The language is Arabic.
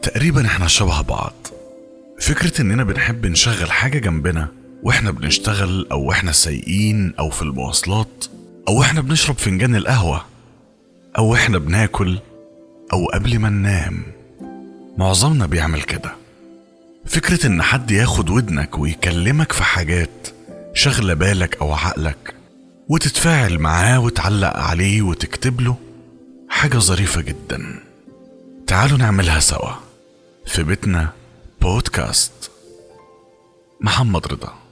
تقريبا احنا شبه بعض. فكرة اننا بنحب نشغل حاجة جنبنا واحنا بنشتغل او احنا سايقين او في المواصلات او احنا بنشرب فنجان القهوة او احنا بناكل او قبل ما ننام. معظمنا بيعمل كده. فكرة ان حد ياخد ودنك ويكلمك في حاجات شغلة بالك او عقلك وتتفاعل معاه وتعلق عليه وتكتب له، حاجة ظريفة جدا. تعالوا نعملها سوا في بيتنا بودكاست. محمد رضا.